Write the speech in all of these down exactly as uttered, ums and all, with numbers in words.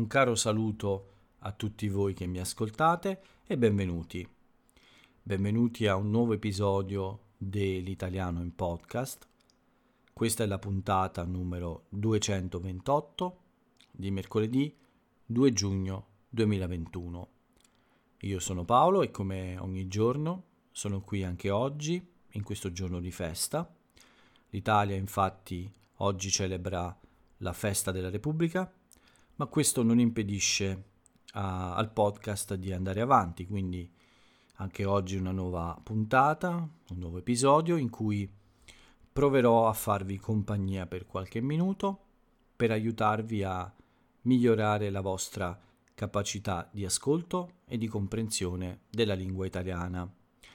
Un caro saluto a tutti voi che mi ascoltate e benvenuti. Benvenuti a un nuovo episodio dell'Italiano in Podcast. Questa è la puntata numero duecentoventotto di mercoledì due giugno duemilaventuno. Io sono Paolo e come ogni giorno sono qui anche oggi, in questo giorno di festa. L'Italia infatti oggi celebra la festa della Repubblica, ma questo non impedisce a, al podcast di andare avanti, quindi anche oggi una nuova puntata, un nuovo episodio in cui proverò a farvi compagnia per qualche minuto per aiutarvi a migliorare la vostra capacità di ascolto e di comprensione della lingua italiana.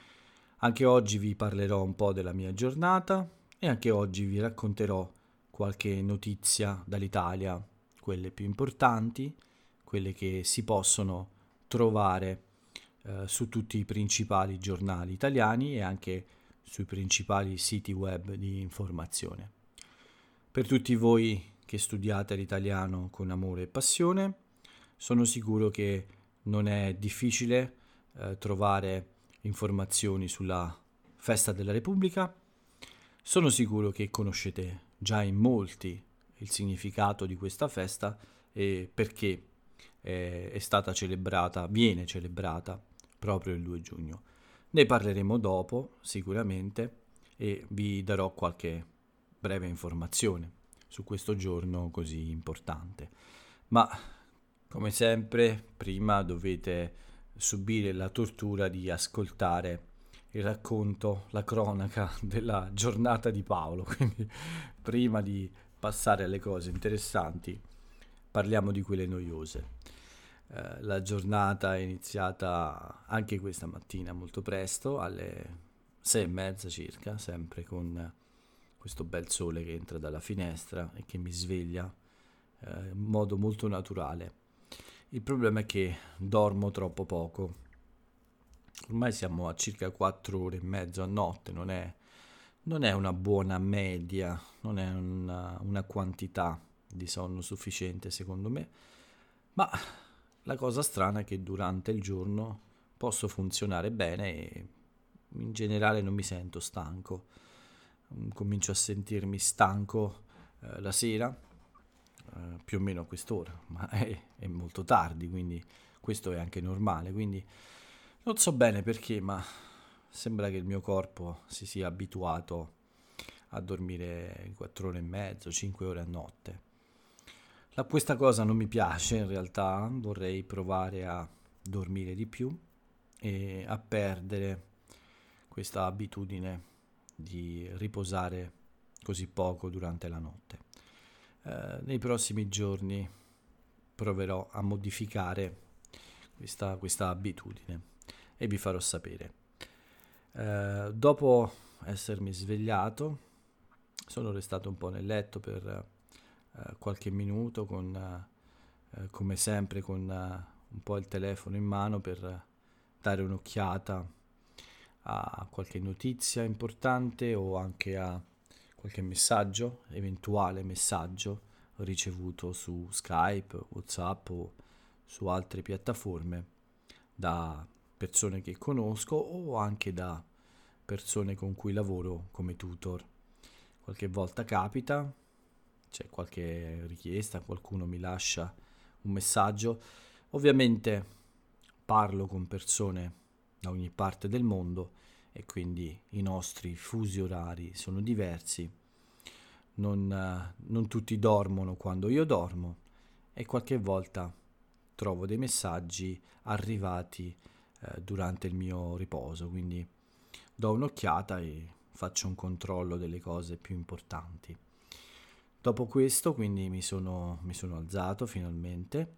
Anche oggi vi parlerò un po' della mia giornata e anche oggi vi racconterò qualche notizia dall'Italia, quelle più importanti, quelle che si possono trovare eh, su tutti i principali giornali italiani e anche sui principali siti web di informazione. Per tutti voi che studiate l'italiano con amore e passione, sono sicuro che non è difficile eh, trovare informazioni sulla festa della Repubblica. Sono sicuro che conoscete già in molti il significato di questa festa e perché eh, è stata celebrata, viene celebrata proprio il due giugno. Ne parleremo dopo sicuramente e vi darò qualche breve informazione su questo giorno così importante. Ma come sempre prima dovete subire la tortura di ascoltare il racconto, la cronaca della giornata di Paolo. Quindi prima di passare alle cose interessanti parliamo di quelle noiose. Eh, la giornata è iniziata anche questa mattina molto presto, alle sei e mezza circa, sempre con questo bel sole che entra dalla finestra e che mi sveglia eh, in modo molto naturale. Il problema è che dormo troppo poco. Ormai siamo a circa quattro ore e mezzo a notte, non è, non è una buona media, non è una, una quantità di sonno sufficiente secondo me, ma la cosa strana è che durante il giorno posso funzionare bene e in generale non mi sento stanco. Comincio a sentirmi stanco eh, la sera, eh, più o meno a quest'ora, ma è, è molto tardi, quindi questo è anche normale, quindi non so bene perché, ma sembra che il mio corpo si sia abituato a dormire quattro ore e mezzo, cinque ore a notte. La, questa cosa non mi piace in realtà, vorrei provare a dormire di più e a perdere questa abitudine di riposare così poco durante la notte. Eh, nei prossimi giorni proverò a modificare questa, questa abitudine e vi farò sapere. Eh, dopo essermi svegliato, sono restato un po' nel letto per eh, qualche minuto, con, eh, come sempre, con eh, un po' il telefono in mano per dare un'occhiata a qualche notizia importante o anche a qualche messaggio, eventuale messaggio ricevuto su Skype, WhatsApp o su altre piattaforme da persone che conosco o anche da persone con cui lavoro come tutor. Qualche volta capita, c'è qualche richiesta, qualcuno mi lascia un messaggio. Ovviamente parlo con persone da ogni parte del mondo e quindi i nostri fusi orari sono diversi. Non, uh, non tutti dormono quando io dormo e qualche volta trovo dei messaggi arrivati uh, durante il mio riposo, quindi do un'occhiata e faccio un controllo delle cose più importanti. Dopo questo quindi mi sono, mi sono alzato finalmente,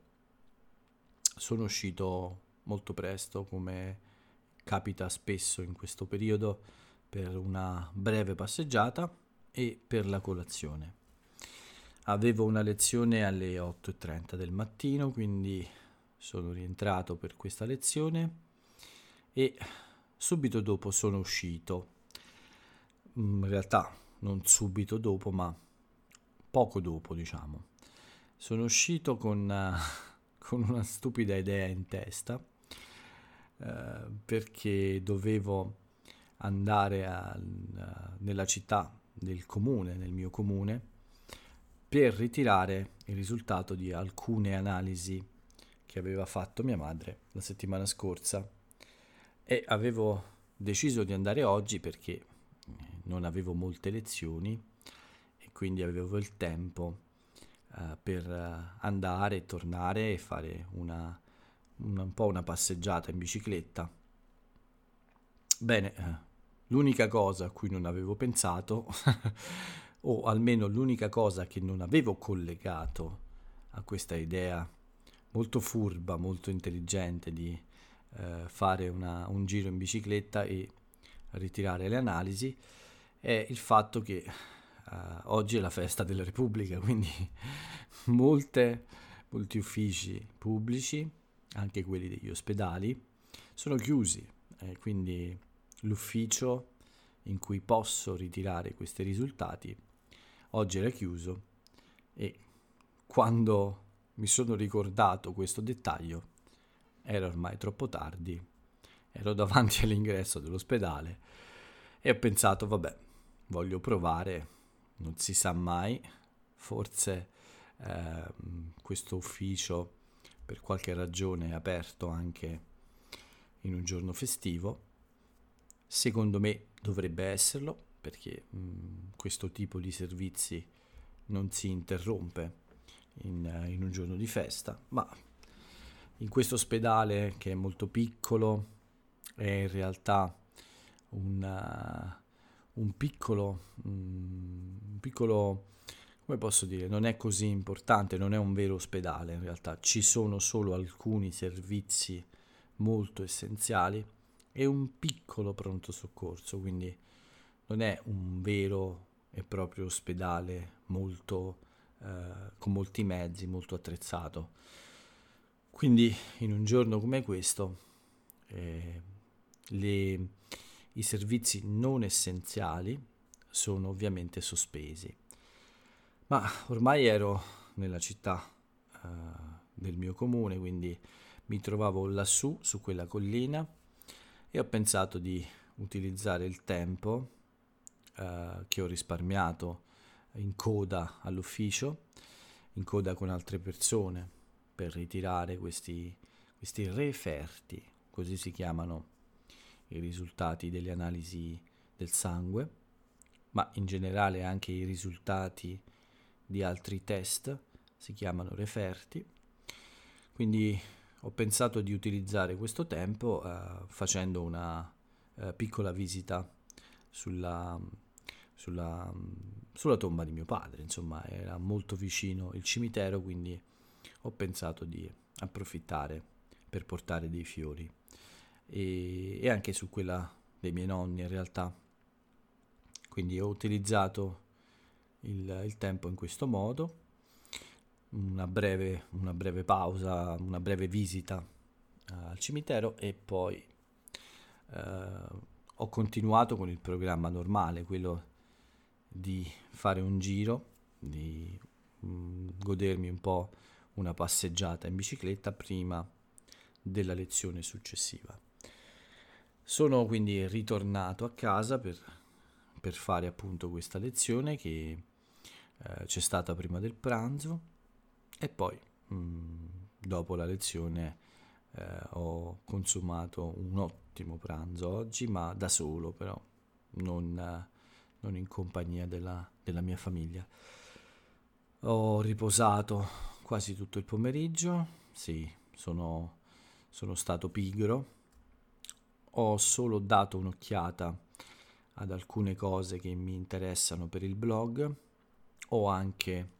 sono uscito molto presto come capita spesso in questo periodo per una breve passeggiata e per la colazione. Avevo una lezione alle otto e trenta del mattino, quindi sono rientrato per questa lezione e subito dopo sono uscito. In realtà non subito dopo, ma poco dopo, diciamo. Sono uscito con uh, con una stupida idea in testa, eh, perché dovevo andare al- nella città del comune, nel mio comune, per ritirare il risultato di alcune analisi che aveva fatto mia madre la settimana scorsa, e avevo deciso di andare oggi perché non avevo molte lezioni e quindi avevo il tempo eh, per eh, andare e tornare e fare una, una- un po' una passeggiata in bicicletta. Bene, eh, l'unica cosa a cui non avevo pensato, o almeno l'unica cosa che non avevo collegato a questa idea molto furba, molto intelligente di eh, fare una- un giro in bicicletta e ritirare le analisi, è il fatto che eh, oggi è la festa della Repubblica, quindi molte, molti uffici pubblici, anche quelli degli ospedali, sono chiusi, eh, quindi l'ufficio in cui posso ritirare questi risultati oggi era chiuso, e quando mi sono ricordato questo dettaglio era ormai troppo tardi, ero davanti all'ingresso dell'ospedale e ho pensato, vabbè, voglio provare, non si sa mai, forse eh, questo ufficio per qualche ragione è aperto anche in un giorno festivo. Secondo me dovrebbe esserlo, perché mh, questo tipo di servizi non si interrompe in, eh, in un giorno di festa, ma in questo ospedale, che è molto piccolo, è in realtà un, uh, un piccolo, mm, un piccolo, come posso dire, non è così importante, non è un vero ospedale in realtà, ci sono solo alcuni servizi molto essenziali e un piccolo pronto soccorso, quindi non è un vero e proprio ospedale molto, eh, con molti mezzi, molto attrezzato. Quindi in un giorno come questo eh, le, i servizi non essenziali sono ovviamente sospesi. Ma ormai ero nella città eh, del mio comune, quindi mi trovavo lassù su quella collina e ho pensato di utilizzare il tempo eh, che ho risparmiato in coda all'ufficio, in coda con altre persone, per ritirare questi, questi referti, così si chiamano i risultati delle analisi del sangue, ma in generale anche i risultati di altri test si chiamano referti. Quindi ho pensato di utilizzare questo tempo eh, facendo una eh, piccola visita sulla, sulla, sulla tomba di mio padre. Insomma, era molto vicino il cimitero, quindi ho pensato di approfittare per portare dei fiori. E, e anche su quella dei miei nonni in realtà. Quindi ho utilizzato il, il tempo in questo modo, una breve, una breve pausa, una breve visita eh, al cimitero, e poi eh, ho continuato con il programma normale, quello di fare un giro, di mh, godermi un po' una passeggiata in bicicletta prima della lezione successiva. Sono quindi ritornato a casa per, per fare appunto questa lezione che eh, c'è stata prima del pranzo, e poi mh, dopo la lezione eh, ho consumato un ottimo pranzo oggi, ma da solo però, non, eh, non in compagnia della, della mia famiglia. Ho riposato quasi tutto il pomeriggio, sì, sono, sono stato pigro. Ho solo dato un'occhiata ad alcune cose che mi interessano per il blog. Ho anche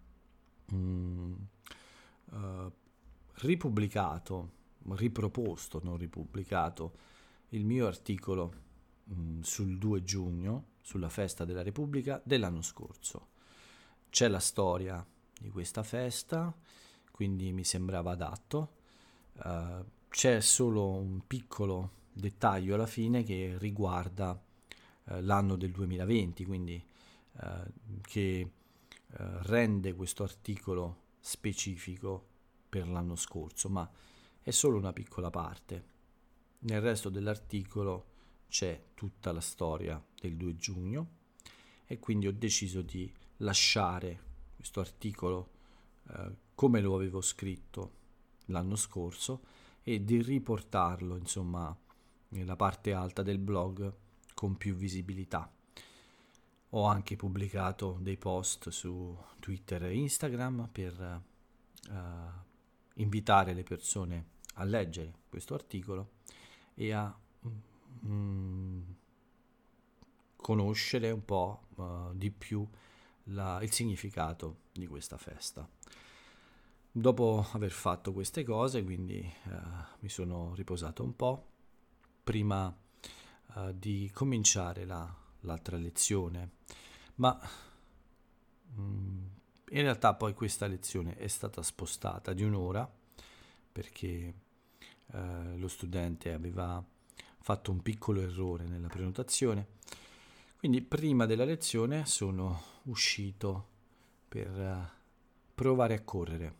mm, eh, ripubblicato, riproposto, non ripubblicato, il mio articolo mm, sul due giugno, sulla festa della Repubblica dell'anno scorso. C'è la storia di questa festa, quindi mi sembrava adatto. Uh, c'è solo un piccolo dettaglio alla fine che riguarda uh, l'anno del duemilaventi, quindi uh, che uh, rende questo articolo specifico per l'anno scorso, ma è solo una piccola parte. Nel resto dell'articolo c'è tutta la storia del due giugno e quindi ho deciso di lasciare questo articolo eh, come lo avevo scritto l'anno scorso e di riportarlo, insomma, nella parte alta del blog con più visibilità. Ho anche pubblicato dei post su Twitter e Instagram per uh, invitare le persone a leggere questo articolo e a mm, conoscere un po' uh, di più la, il significato di questa festa. Dopo aver fatto queste cose, quindi uh, mi sono riposato un po' prima uh, di cominciare la, l'altra lezione, ma mm, in realtà poi questa lezione è stata spostata di un'ora perché uh, lo studente aveva fatto un piccolo errore nella prenotazione, quindi prima della lezione sono uscito per uh, provare a correre.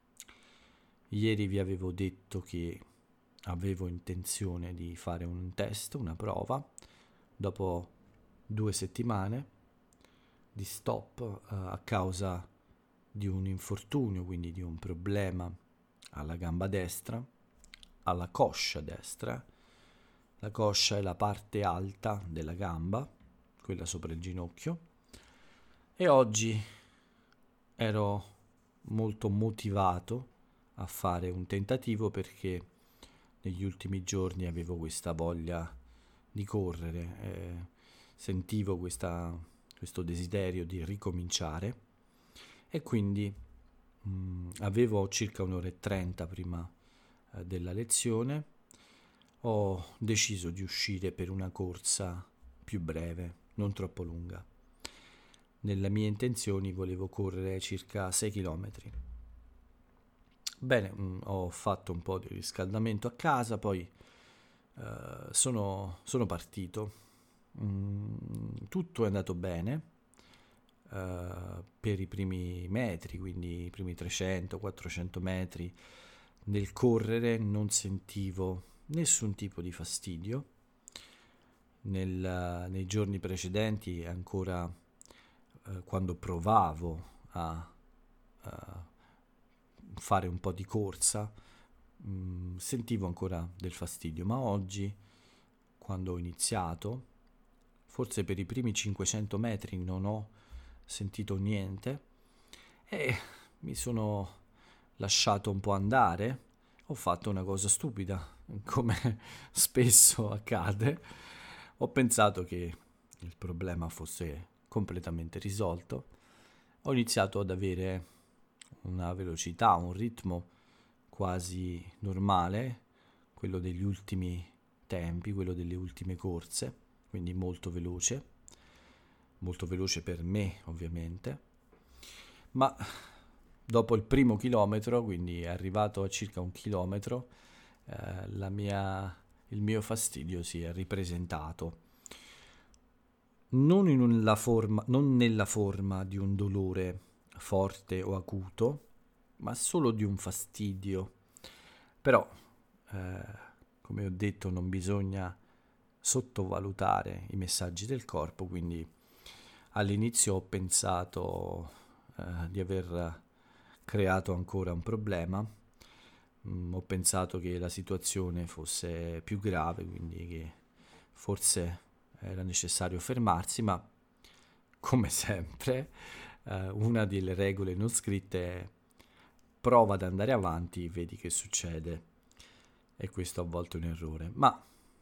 Ieri vi avevo detto che avevo intenzione di fare un test, una prova, dopo due settimane di stop uh, a causa di un infortunio, quindi di un problema alla gamba destra, alla coscia destra. La coscia è la parte alta della gamba, quella sopra il ginocchio, e oggi ero molto motivato a fare un tentativo perché negli ultimi giorni avevo questa voglia di correre, eh, sentivo questa, questo desiderio di ricominciare e quindi mh, avevo circa un'ora e trenta prima eh, della lezione. Ho deciso di uscire per una corsa più breve, non troppo lunga. Nelle mie intenzioni volevo correre circa sei chilometri. Bene, mh, ho fatto un po' di riscaldamento a casa, poi uh, sono, sono partito. Mm, tutto è andato bene uh, per i primi metri, quindi i primi trecento quattrocento metri. Nel correre non sentivo nessun tipo di fastidio. Nel, nei giorni precedenti, ancora uh, quando provavo a uh, fare un po' di corsa, mh, sentivo ancora del fastidio, ma oggi, quando ho iniziato, forse per i primi cinquecento metri non ho sentito niente e mi sono lasciato un po' andare. Ho fatto una cosa stupida, come spesso accade. Ho pensato che il problema fosse completamente risolto. Ho iniziato ad avere una velocità, un ritmo quasi normale, quello degli ultimi tempi, quello delle ultime corse, quindi molto veloce, molto veloce per me ovviamente, ma dopo il primo chilometro, quindi arrivato a circa un chilometro, eh, la mia, il mio fastidio si è ripresentato, non, in una forma, non nella forma di un dolore forte o acuto, ma solo di un fastidio. Però, eh, come ho detto, non bisogna sottovalutare i messaggi del corpo, quindi all'inizio ho pensato eh, di aver creato ancora un problema, mm, ho pensato che la situazione fosse più grave, quindi che forse era necessario fermarsi, ma come sempre eh, una delle regole non scritte è prova ad andare avanti, vedi che succede, e questo a volte è un errore. Ma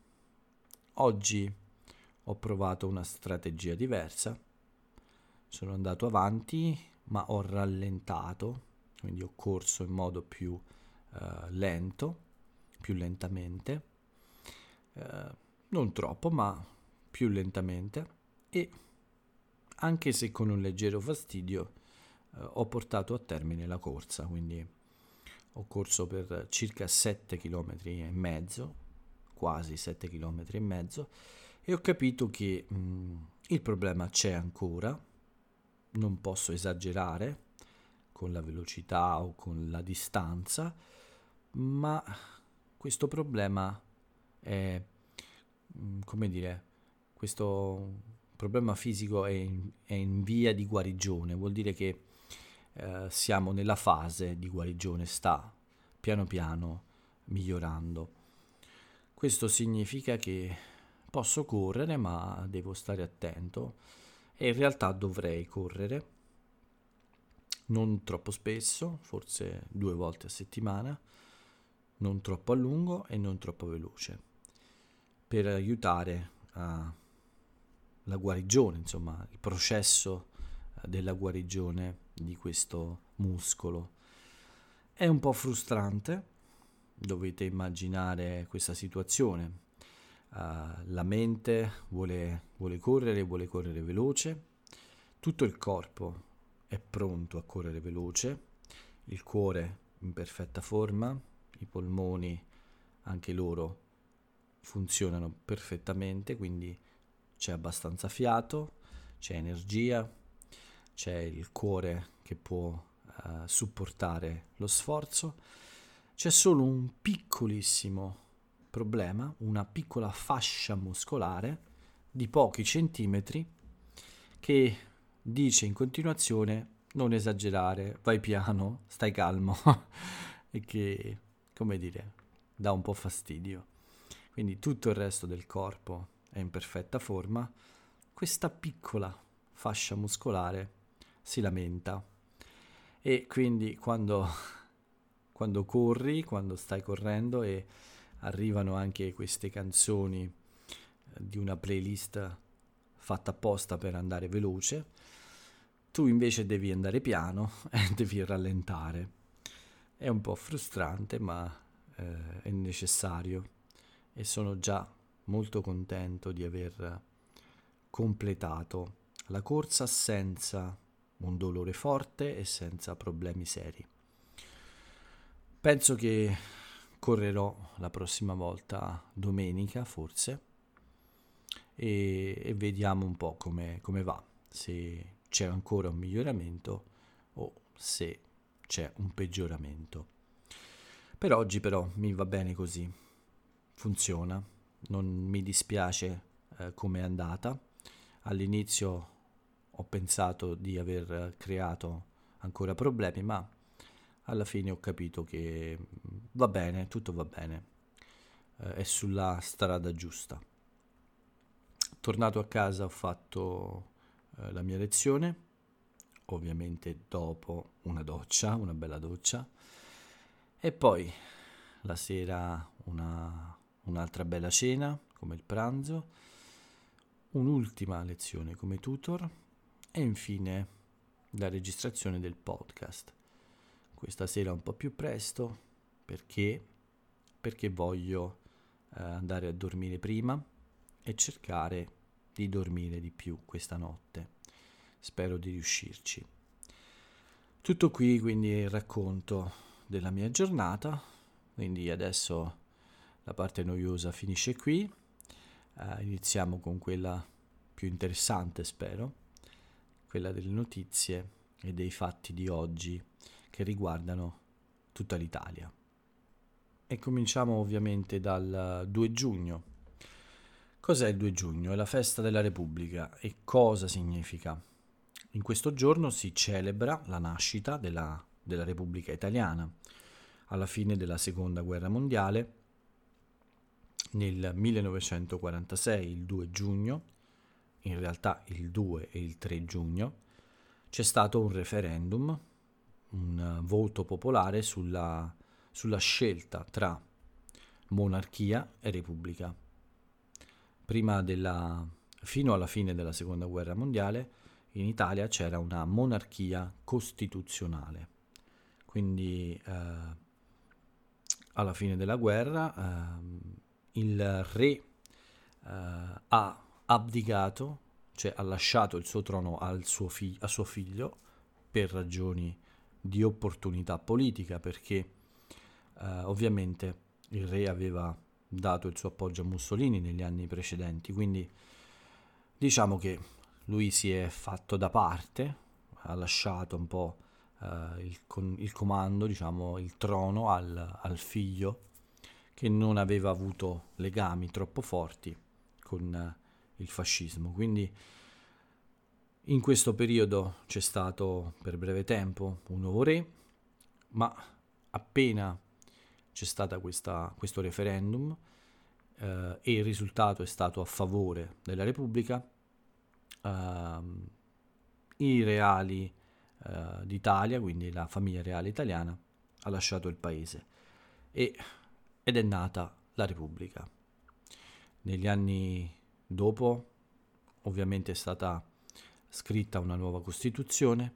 oggi ho provato una strategia diversa, sono andato avanti ma ho rallentato, quindi ho corso in modo più uh, lento, più lentamente, uh, non troppo ma più lentamente, e anche se con un leggero fastidio uh, ho portato a termine la corsa, quindi ho corso per circa sette chilometri e mezzo, quasi sette chilometri e mezzo, e ho capito che mh, il problema c'è ancora, non posso esagerare con la velocità o con la distanza, ma questo problema è, come dire, questo problema fisico è in, è in via di guarigione, vuol dire che eh, siamo nella fase di guarigione, sta piano piano migliorando. Questo significa che posso correre, ma devo stare attento e in realtà dovrei correre, non troppo spesso, forse due volte a settimana, non troppo a lungo e non troppo veloce, per aiutare a la guarigione, insomma, il processo della guarigione di questo muscolo. È un po' frustrante, dovete immaginare questa situazione. Uh, la mente vuole, vuole correre, vuole correre veloce, tutto il corpo è pronto a correre veloce, il cuore in perfetta forma, i polmoni anche loro funzionano perfettamente, quindi c'è abbastanza fiato, c'è energia, c'è il cuore che può uh, supportare lo sforzo. C'è solo un piccolissimo problema, una piccola fascia muscolare di pochi centimetri che dice in continuazione non esagerare, vai piano, stai calmo e che, come dire, dà un po' fastidio. Quindi tutto il resto del corpo è in perfetta forma, questa piccola fascia muscolare si lamenta e quindi quando, quando corri, quando stai correndo e arrivano anche queste canzoni di una playlist fatta apposta per andare veloce, tu invece devi andare piano e devi rallentare. È un po' frustrante, ma eh, è necessario e sono già molto contento di aver completato la corsa senza un dolore forte e senza problemi seri. Penso che correrò la prossima volta domenica forse e, e vediamo un po' come, come va, se c'è ancora un miglioramento o se c'è un peggioramento. Per oggi però mi va bene così, funziona, non mi dispiace eh, come è andata. All'inizio ho pensato di aver creato ancora problemi, ma alla fine ho capito che va bene, tutto va bene, eh, è sulla strada giusta. Tornato a casa ho fatto eh, la mia lezione, ovviamente dopo una doccia, una bella doccia, e poi la sera una, un'altra bella cena come il pranzo, un'ultima lezione come tutor e infine la registrazione del podcast. Questa sera un po' più presto perché, perché voglio eh, andare a dormire prima e cercare di dormire di più questa notte. Spero di riuscirci. Tutto qui quindi il racconto della mia giornata, quindi adesso la parte noiosa finisce qui, uh, iniziamo con quella più interessante spero, quella delle notizie e dei fatti di oggi che riguardano tutta l'Italia. E cominciamo ovviamente dal due giugno. Cos'è il due giugno? È la festa della Repubblica e cosa significa? In questo giorno si celebra la nascita della, della Repubblica Italiana. Alla fine della Seconda Guerra Mondiale, nel millenovecentoquarantasei, il due giugno, in realtà il due e il tre giugno, c'è stato un referendum, un voto popolare sulla, sulla scelta tra monarchia e repubblica. Prima della, fino alla fine della Seconda Guerra Mondiale, in Italia c'era una monarchia costituzionale, quindi eh, alla fine della guerra eh, il re eh, ha abdicato, cioè ha lasciato il suo trono al suo fi- a suo figlio per ragioni di opportunità politica, perché eh, ovviamente il re aveva dato il suo appoggio a Mussolini negli anni precedenti, quindi diciamo che lui si è fatto da parte, ha lasciato un po' eh, il, con, il comando, diciamo, il trono al, al figlio che non aveva avuto legami troppo forti con eh, il fascismo. Quindi in questo periodo c'è stato per breve tempo un nuovo re, ma appena c'è stato questo referendum eh, e il risultato è stato a favore della Repubblica, eh, i reali eh, d'Italia, quindi la famiglia reale italiana, ha lasciato il paese e, ed è nata la Repubblica. Negli anni dopo, ovviamente, è stata scritta una nuova Costituzione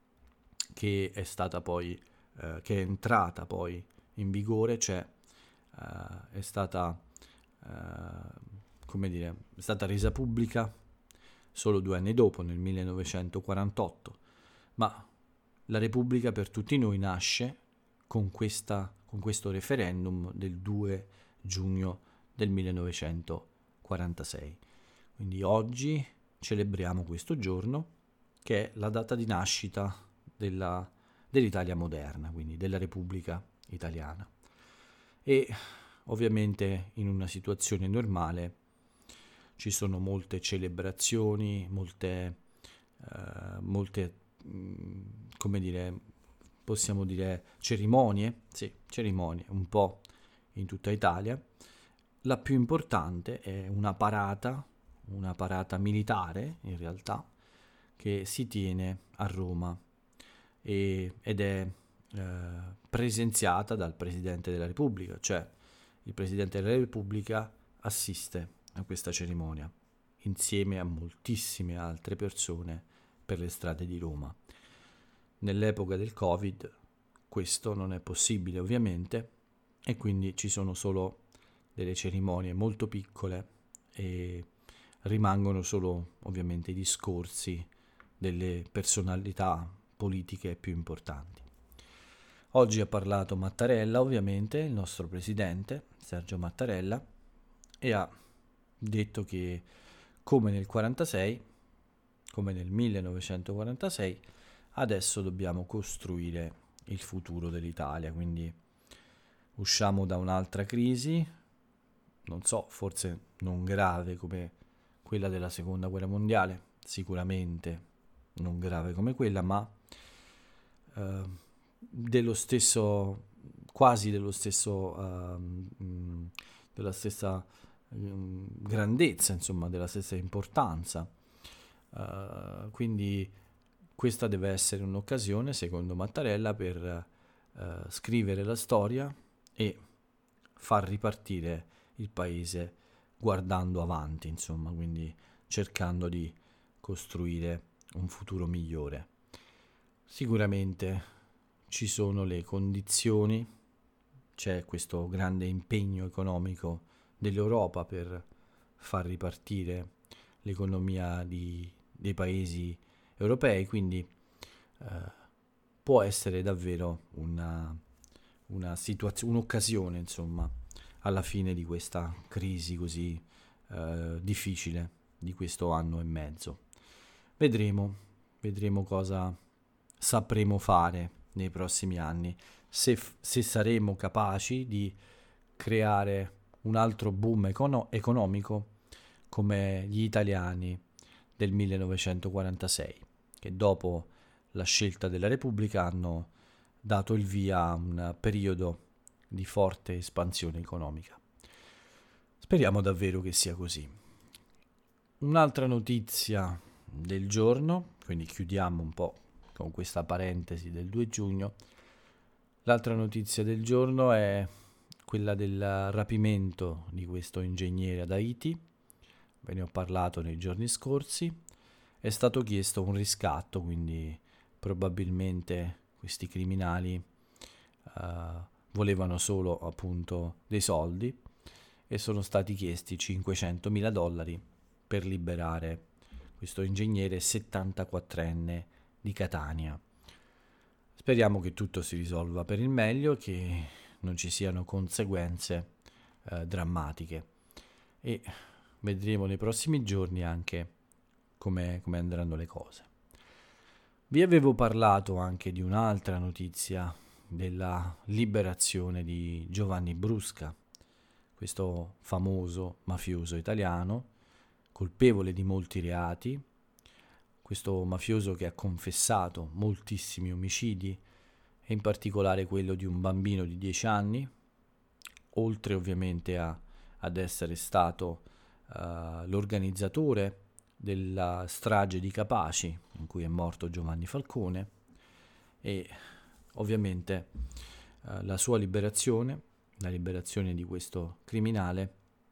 che è stata poi, eh, che è entrata poi in vigore, cioè eh, è stata, eh, come dire, è stata resa pubblica solo due anni dopo, nel millenovecentoquarantotto, ma la Repubblica per tutti noi nasce con, questa, con questo referendum del due giugno del millenovecentoquarantasei. Quindi oggi celebriamo questo giorno, che è la data di nascita della, dell'Italia moderna, quindi della Repubblica Italiana. E ovviamente in una situazione normale ci sono molte celebrazioni, molte, eh, molte mh, come dire, possiamo dire cerimonie, sì, cerimonie, un po' in tutta Italia. La più importante è una parata, una parata militare in realtà, che si tiene a Roma e, ed è eh, presenziata dal Presidente della Repubblica, cioè il Presidente della Repubblica assiste a questa cerimonia insieme a moltissime altre persone per le strade di Roma. Nell'epoca del Covid questo non è possibile ovviamente e quindi ci sono solo delle cerimonie molto piccole e rimangono solo ovviamente i discorsi delle personalità politiche più importanti. Oggi ha parlato Mattarella, ovviamente, il nostro presidente, Sergio Mattarella, e ha detto che come nel quarantasei, come nel millenovecentoquarantasei, adesso dobbiamo costruire il futuro dell'Italia, quindi usciamo da un'altra crisi, non so, forse non grave come quella della seconda guerra mondiale, sicuramente non grave come quella, ma eh, dello stesso, quasi dello stesso, uh, della stessa um, grandezza, insomma, della stessa importanza. Uh, quindi questa deve essere un'occasione, secondo Mattarella, per uh, scrivere la storia e far ripartire il paese guardando avanti, insomma, quindi cercando di costruire un futuro migliore. Sicuramente ci sono le condizioni, c'è questo grande impegno economico dell'Europa per far ripartire l'economia di, dei paesi europei, quindi eh, può essere davvero una, una situazione, un'occasione, insomma, alla fine di questa crisi così eh, difficile di questo anno e mezzo. Vedremo, vedremo cosa sapremo fare nei prossimi anni, se, se saremo capaci di creare un altro boom econo- economico come gli italiani del millenovecentoquarantasei, che dopo la scelta della Repubblica hanno dato il via a un periodo di forte espansione economica. Speriamo davvero che sia così. Un'altra notizia del giorno, quindi chiudiamo un po' con questa parentesi del due giugno. L'altra notizia del giorno è quella del rapimento di questo ingegnere ad Haiti. Ve ne ho parlato nei giorni scorsi. È stato chiesto un riscatto, quindi probabilmente questi criminali uh, volevano solo appunto dei soldi e sono stati chiesti cinquecentomila dollari per liberare questo ingegnere settantaquattrenne di Catania. Speriamo che tutto si risolva per il meglio, che non ci siano conseguenze eh, drammatiche e vedremo nei prossimi giorni anche come, come andranno le cose. Vi avevo parlato anche di un'altra notizia della liberazione di Giovanni Brusca, questo famoso mafioso italiano, colpevole di molti reati, questo mafioso che ha confessato moltissimi omicidi e in particolare quello di un bambino di dieci anni, oltre ovviamente a, ad essere stato uh, l'organizzatore della strage di Capaci, in cui è morto Giovanni Falcone, e ovviamente uh, la sua liberazione, la liberazione di questo criminale,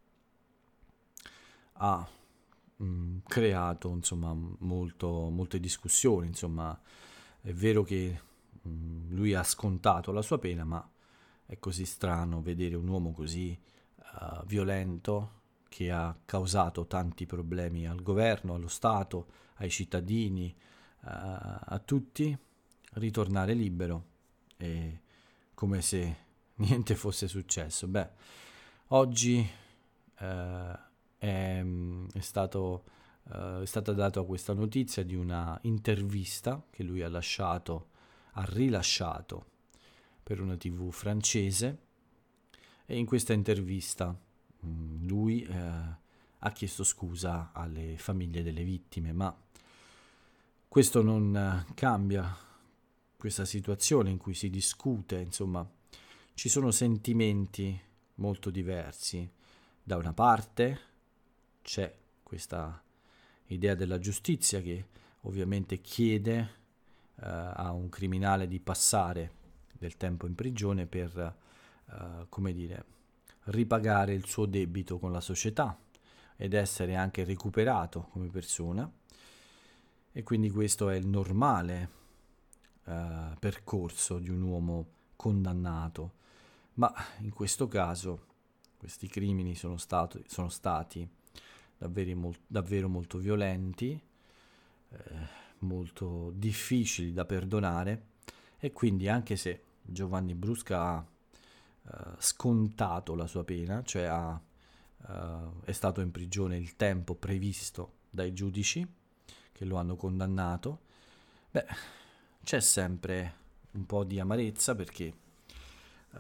ha mh, creato insomma molto, molte discussioni. Insomma, è vero che mh, lui ha scontato la sua pena, ma è così strano vedere un uomo così uh, violento, che ha causato tanti problemi al governo, allo Stato, ai cittadini, uh, a tutti, ritornare libero e come se niente fosse successo. Beh, oggi uh, è, è, stato, uh, è stata data questa notizia di una intervista che lui ha lasciato, ha rilasciato per una tivù francese, e in questa intervista mh, lui eh, ha chiesto scusa alle famiglie delle vittime, ma questo non eh, cambia questa situazione in cui si discute. Insomma, ci sono sentimenti molto diversi. Da una parte c'è questa idea della giustizia che ovviamente chiede eh, a un criminale di passare del tempo in prigione per, uh, come dire, ripagare il suo debito con la società ed essere anche recuperato come persona, e quindi questo è il normale uh, percorso di un uomo condannato. Ma in questo caso questi crimini sono, stato, sono stati davvero, mol- davvero molto violenti, eh, molto difficili da perdonare, e quindi anche se Giovanni Brusca ha uh, scontato la sua pena, cioè ha, uh, è stato in prigione il tempo previsto dai giudici che lo hanno condannato, beh, c'è sempre un po' di amarezza, perché uh,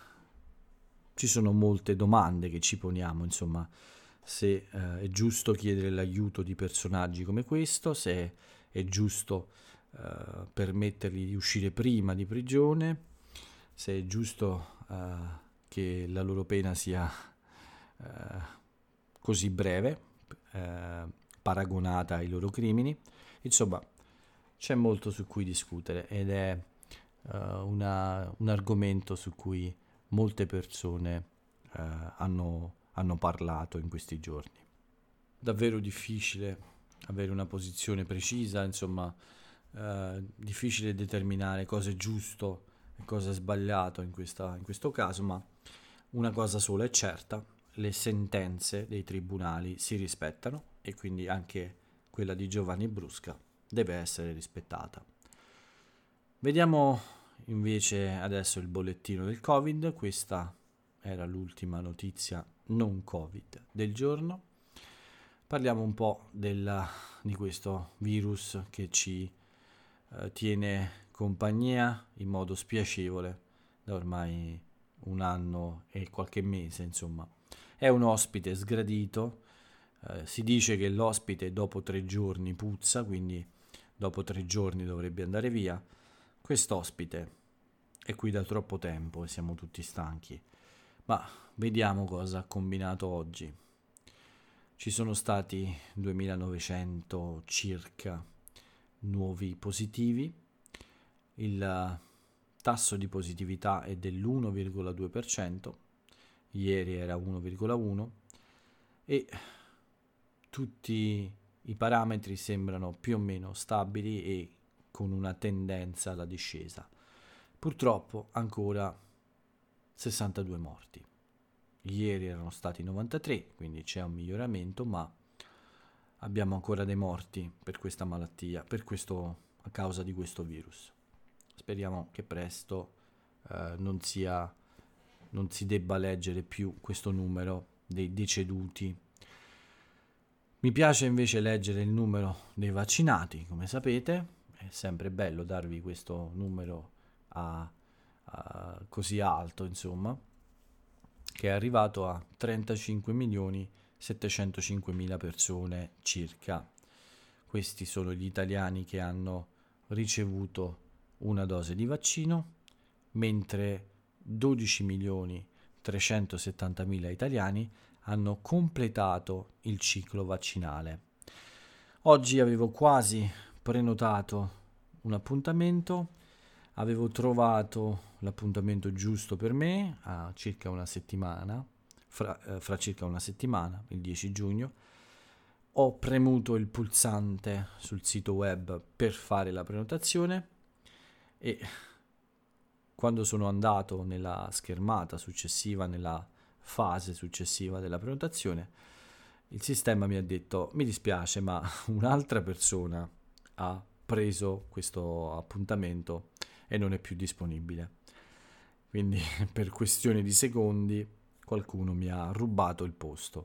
ci sono molte domande che ci poniamo, insomma, se uh, è giusto chiedere l'aiuto di personaggi come questo, se è giusto Uh, permettergli di uscire prima di prigione, se è giusto uh, che la loro pena sia uh, così breve, uh, paragonata ai loro crimini. Insomma, c'è molto su cui discutere ed è uh, una, un argomento su cui molte persone uh, hanno, hanno parlato in questi giorni. Davvero difficile avere una posizione precisa, insomma. Uh, difficile determinare cosa è giusto e cosa è sbagliato in, questa, in questo caso, ma una cosa sola è certa: le sentenze dei tribunali si rispettano, e quindi anche quella di Giovanni Brusca deve essere rispettata. Vediamo invece adesso il bollettino del Covid. Questa era l'ultima notizia non Covid del giorno. Parliamo un po' della, di questo virus che ci tiene compagnia in modo spiacevole da ormai un anno e qualche mese. Insomma, è un ospite sgradito, eh, si dice che l'ospite dopo tre giorni puzza, quindi dopo tre giorni dovrebbe andare via. Quest'ospite è qui da troppo tempo e siamo tutti stanchi, ma vediamo cosa ha combinato oggi. Ci sono stati duemilanovecento circa nuovi positivi, il tasso di positività è dell'uno virgola due per cento, ieri era uno virgola uno, e tutti i parametri sembrano più o meno stabili e con una tendenza alla discesa. Purtroppo ancora sessantadue morti, ieri erano stati novantatré, quindi c'è un miglioramento, ma abbiamo ancora dei morti per questa malattia, per questo, a causa di questo virus. Speriamo che presto eh, non sia, non si debba leggere più questo numero dei deceduti. Mi piace invece leggere il numero dei vaccinati, come sapete, è sempre bello darvi questo numero a, a così alto, insomma, che è arrivato a trentacinque milioni settecentocinquemila persone circa. Questi sono gli italiani che hanno ricevuto una dose di vaccino, mentre dodici milioni trecentosettantamila italiani hanno completato il ciclo vaccinale. Oggi avevo quasi prenotato un appuntamento, avevo trovato l'appuntamento giusto per me a circa una settimana, fra, eh, fra circa una settimana, il dieci giugno. Ho premuto il pulsante sul sito web per fare la prenotazione e quando sono andato nella schermata successiva, nella fase successiva della prenotazione, il sistema mi ha detto: mi dispiace, ma un'altra persona ha preso questo appuntamento e non è più disponibile. Quindi per questione di secondi qualcuno mi ha rubato il posto.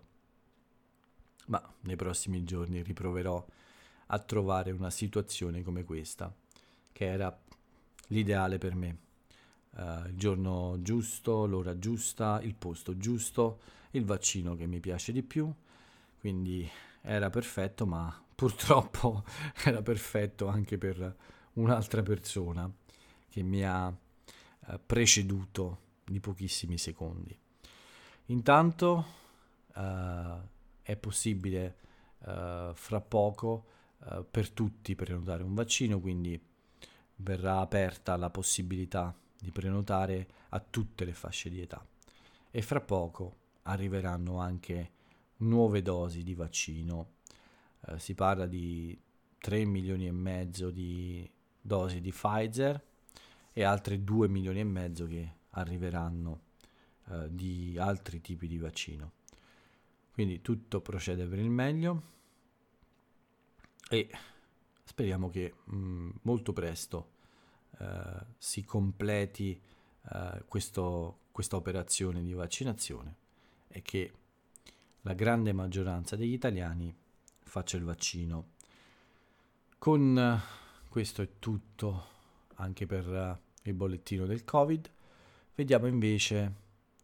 Ma nei prossimi giorni riproverò a trovare una situazione come questa, che era l'ideale per me. Uh, il giorno giusto, l'ora giusta, il posto giusto, il vaccino che mi piace di più. Quindi era perfetto, ma purtroppo era perfetto anche per un'altra persona che mi ha uh, preceduto di pochissimi secondi. Intanto uh, è possibile uh, fra poco uh, per tutti prenotare un vaccino, quindi verrà aperta la possibilità di prenotare a tutte le fasce di età e fra poco arriveranno anche nuove dosi di vaccino. Uh, si parla di tre milioni e mezzo di dosi di Pfizer e altre due milioni e mezzo che arriveranno uh, di altri tipi di vaccino. Quindi tutto procede per il meglio e speriamo che mh, molto presto uh, si completi uh, questo, questa operazione di vaccinazione e che la grande maggioranza degli italiani faccia il vaccino. Con uh, questo è tutto anche per uh, il bollettino del Covid. Vediamo invece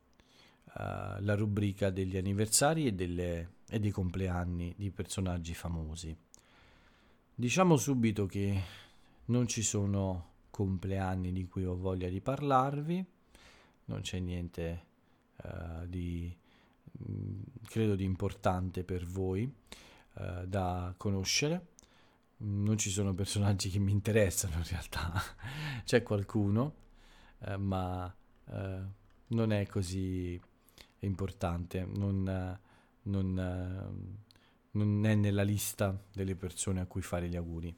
Uh, la rubrica degli anniversari e, delle, e dei compleanni di personaggi famosi. Diciamo subito che non ci sono compleanni di cui ho voglia di parlarvi, non c'è niente uh, di mh, credo di importante per voi uh, da conoscere. Non ci sono personaggi che mi interessano in realtà, c'è qualcuno, uh, ma uh, non è così importante, non, non, non è nella lista delle persone a cui fare gli auguri.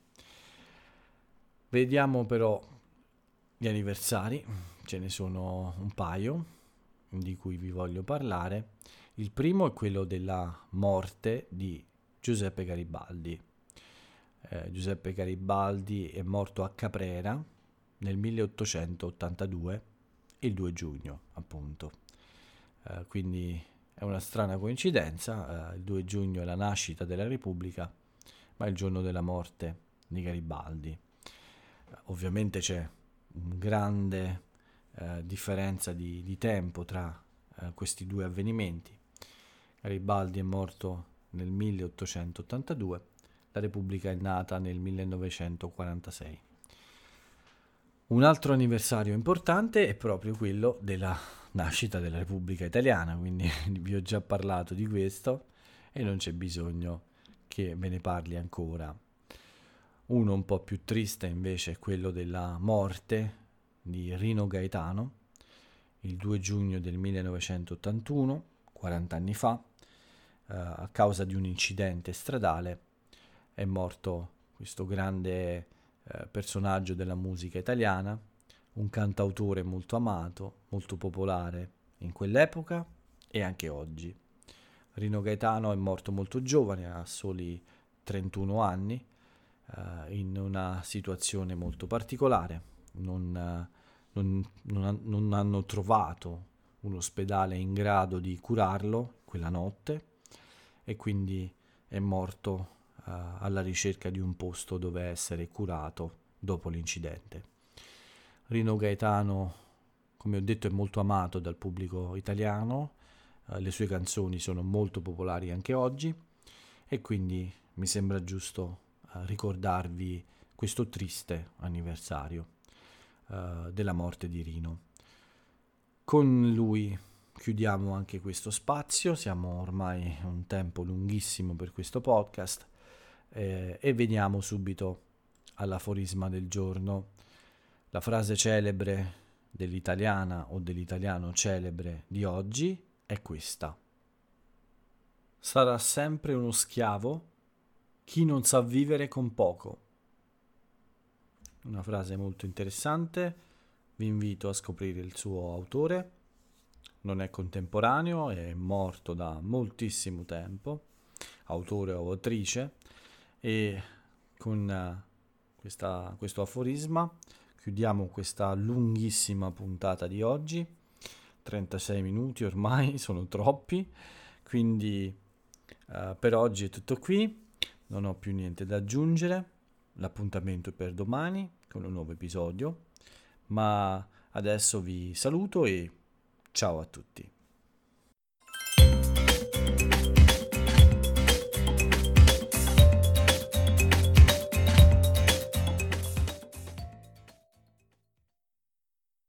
Vediamo però gli anniversari, ce ne sono un paio di cui vi voglio parlare. Il primo è quello della morte di Giuseppe Garibaldi. Eh, Giuseppe Garibaldi è morto a Caprera nel milleottocentottantadue, il due giugno appunto. Uh, quindi è una strana coincidenza, uh, il due giugno è la nascita della Repubblica, ma è il giorno della morte di Garibaldi. Uh, ovviamente c'è una grande uh, differenza di, di tempo tra uh, questi due avvenimenti. Garibaldi è morto nel milleottocentottantadue, la Repubblica è nata nel millenovecentoquarantasei. Un altro anniversario importante è proprio quello della nascita della Repubblica Italiana, quindi vi ho già parlato di questo e non c'è bisogno che ve ne parli ancora. Uno un po' più triste invece è quello della morte di Rino Gaetano, il due giugno del millenovecentottantuno, quaranta anni fa, eh, a causa di un incidente stradale è morto questo grande Eh, personaggio della musica italiana, un cantautore molto amato, molto popolare in quell'epoca e anche oggi. Rino Gaetano è morto molto giovane, a soli trentuno anni, eh, in una situazione molto particolare. Non, eh, non, non, non hanno trovato un ospedale in grado di curarlo quella notte e quindi è morto alla ricerca di un posto dove essere curato dopo l'incidente. Rino Gaetano, come ho detto, è molto amato dal pubblico italiano, eh, le sue canzoni sono molto popolari anche oggi e quindi mi sembra giusto eh, ricordarvi questo triste anniversario eh, della morte di Rino. Con lui chiudiamo anche questo spazio, siamo ormai un tempo lunghissimo per questo podcast eh, e veniamo subito all'aforisma del giorno. La frase celebre dell'italiana o dell'italiano celebre di oggi è questa: sarà sempre uno schiavo chi non sa vivere con poco. Una frase molto interessante, vi invito a scoprire il suo autore. Non è contemporaneo, è morto da moltissimo tempo, autore o autrice, e con questa, questo aforisma chiudiamo questa lunghissima puntata di oggi. trentasei minuti ormai sono troppi, quindi uh, per oggi è tutto qui, non ho più niente da aggiungere. L'appuntamento è per domani con un nuovo episodio, ma adesso vi saluto e ciao a tutti.